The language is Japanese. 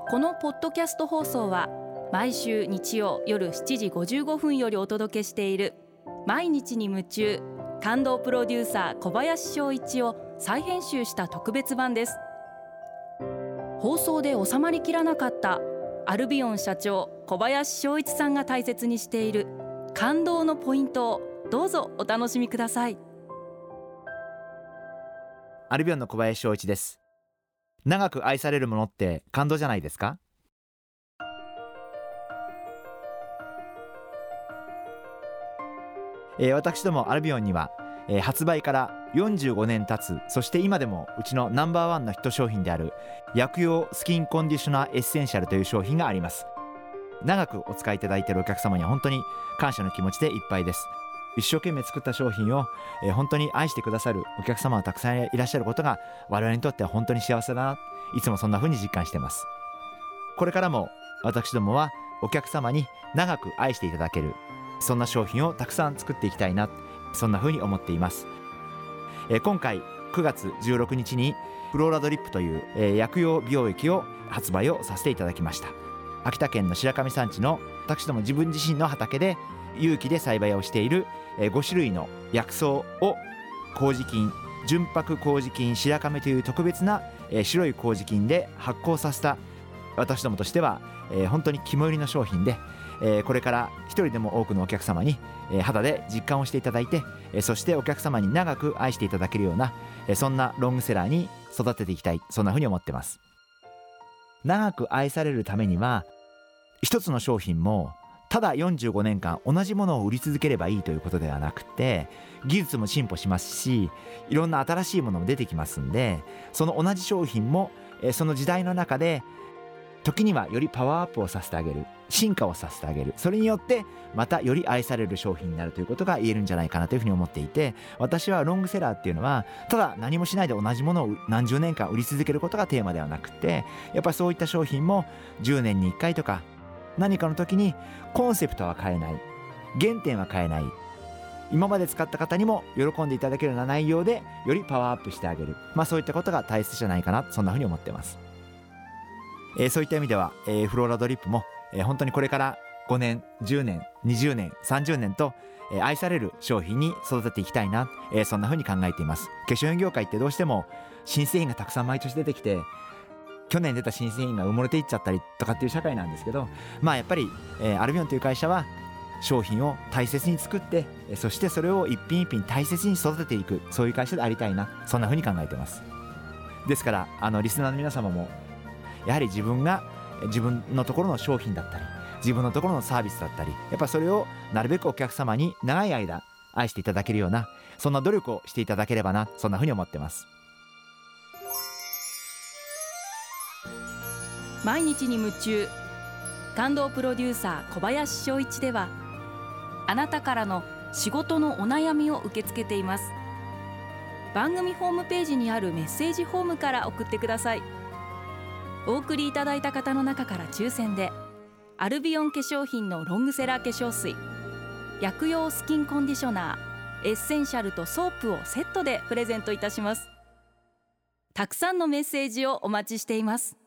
このポッドキャスト放送は毎週日曜夜7時55分よりお届けしている毎日に夢中感動プロデューサー小林翔一を再編集した特別版です。放送で収まりきらなかったアルビオン社長小林翔一さんが大切にしている感動のポイントをどうぞお楽しみください。 アルビオンの小林翔一です。長く愛されるものって感動じゃないですか？私どもアルビオンには、発売から45年経つ、そして今でもうちのナンバーワンのヒット商品である薬用スキンコンディショナーエッセンシャルという商品があります。長くお使いいただいているお客様には本当に感謝の気持ちでいっぱいです。一生懸命作った商品を、本当に愛してくださるお客様がたくさんいらっしゃることが我々にとっては本当に幸せだな、いつもそんな風に実感しています。これからも私どもはお客様に長く愛していただける、そんな商品をたくさん作っていきたいな、そんな風に思っています。今回9月16日にフローラドリップという、薬用美容液を発売をさせていただきました。秋田県の白神山地の私ども自分自身の畑で有機で栽培をしている5種類の薬草を麹菌、純白麹菌白神という特別な白い麹菌で発酵させた、私どもとしては本当に肝入りの商品で、これから一人でも多くのお客様に肌で実感をしていただいて、そしてお客様に長く愛していただけるようなそんなロングセラーに育てていきたい、そんなふうに思ってます。長く愛されるためには一つの商品もただ45年間同じものを売り続ければいいということではなくて、技術も進歩しますし、いろんな新しいものも出てきますんで、その同じ商品もその時代の中で時にはよりパワーアップをさせてあげる、進化をさせてあげる、それによってまたより愛される商品になるということが言えるんじゃないかなというふうに思っていて、私はロングセラーっていうのはただ何もしないで同じものを何十年間売り続けることがテーマではなくて、やっぱりそういった商品も10年に1回とか何かの時にコンセプトは変えない、原点は変えない、今まで使った方にも喜んでいただけるような内容でよりパワーアップしてあげる、そういったことが大切じゃないかな、そんなふうに思ってます。そういった意味では、フローラドリップも、本当にこれから5年10年20年30年と、愛される商品に育てていきたいな、そんな風に考えています。化粧品業界ってどうしても新製品がたくさん毎年出てきて、去年出た新製品が埋もれていっちゃったりとかっていう社会なんですけど、やっぱり、アルビオンという会社は商品を大切に作って、そしてそれを一品一品大切に育てていく、そういう会社でありたいな、そんな風に考えています。ですからリスナーの皆様もやはり自分が自分のところの商品だったり自分のところのサービスだったり、やっぱそれをなるべくお客様に長い間愛していただけるような、そんな努力をしていただければな、そんなふうに思ってます。 毎日に夢中感動プロデューサー小林翔一では、あなたからの仕事のお悩みを受け付けています。番組ホームページにあるメッセージフォームから送ってください。お送りいただいた方の中から抽選でアルビオン化粧品のロングセラー化粧水、薬用スキンコンディショナー、エッセンシャルとソープをセットでプレゼントいたします。たくさんのメッセージをお待ちしています。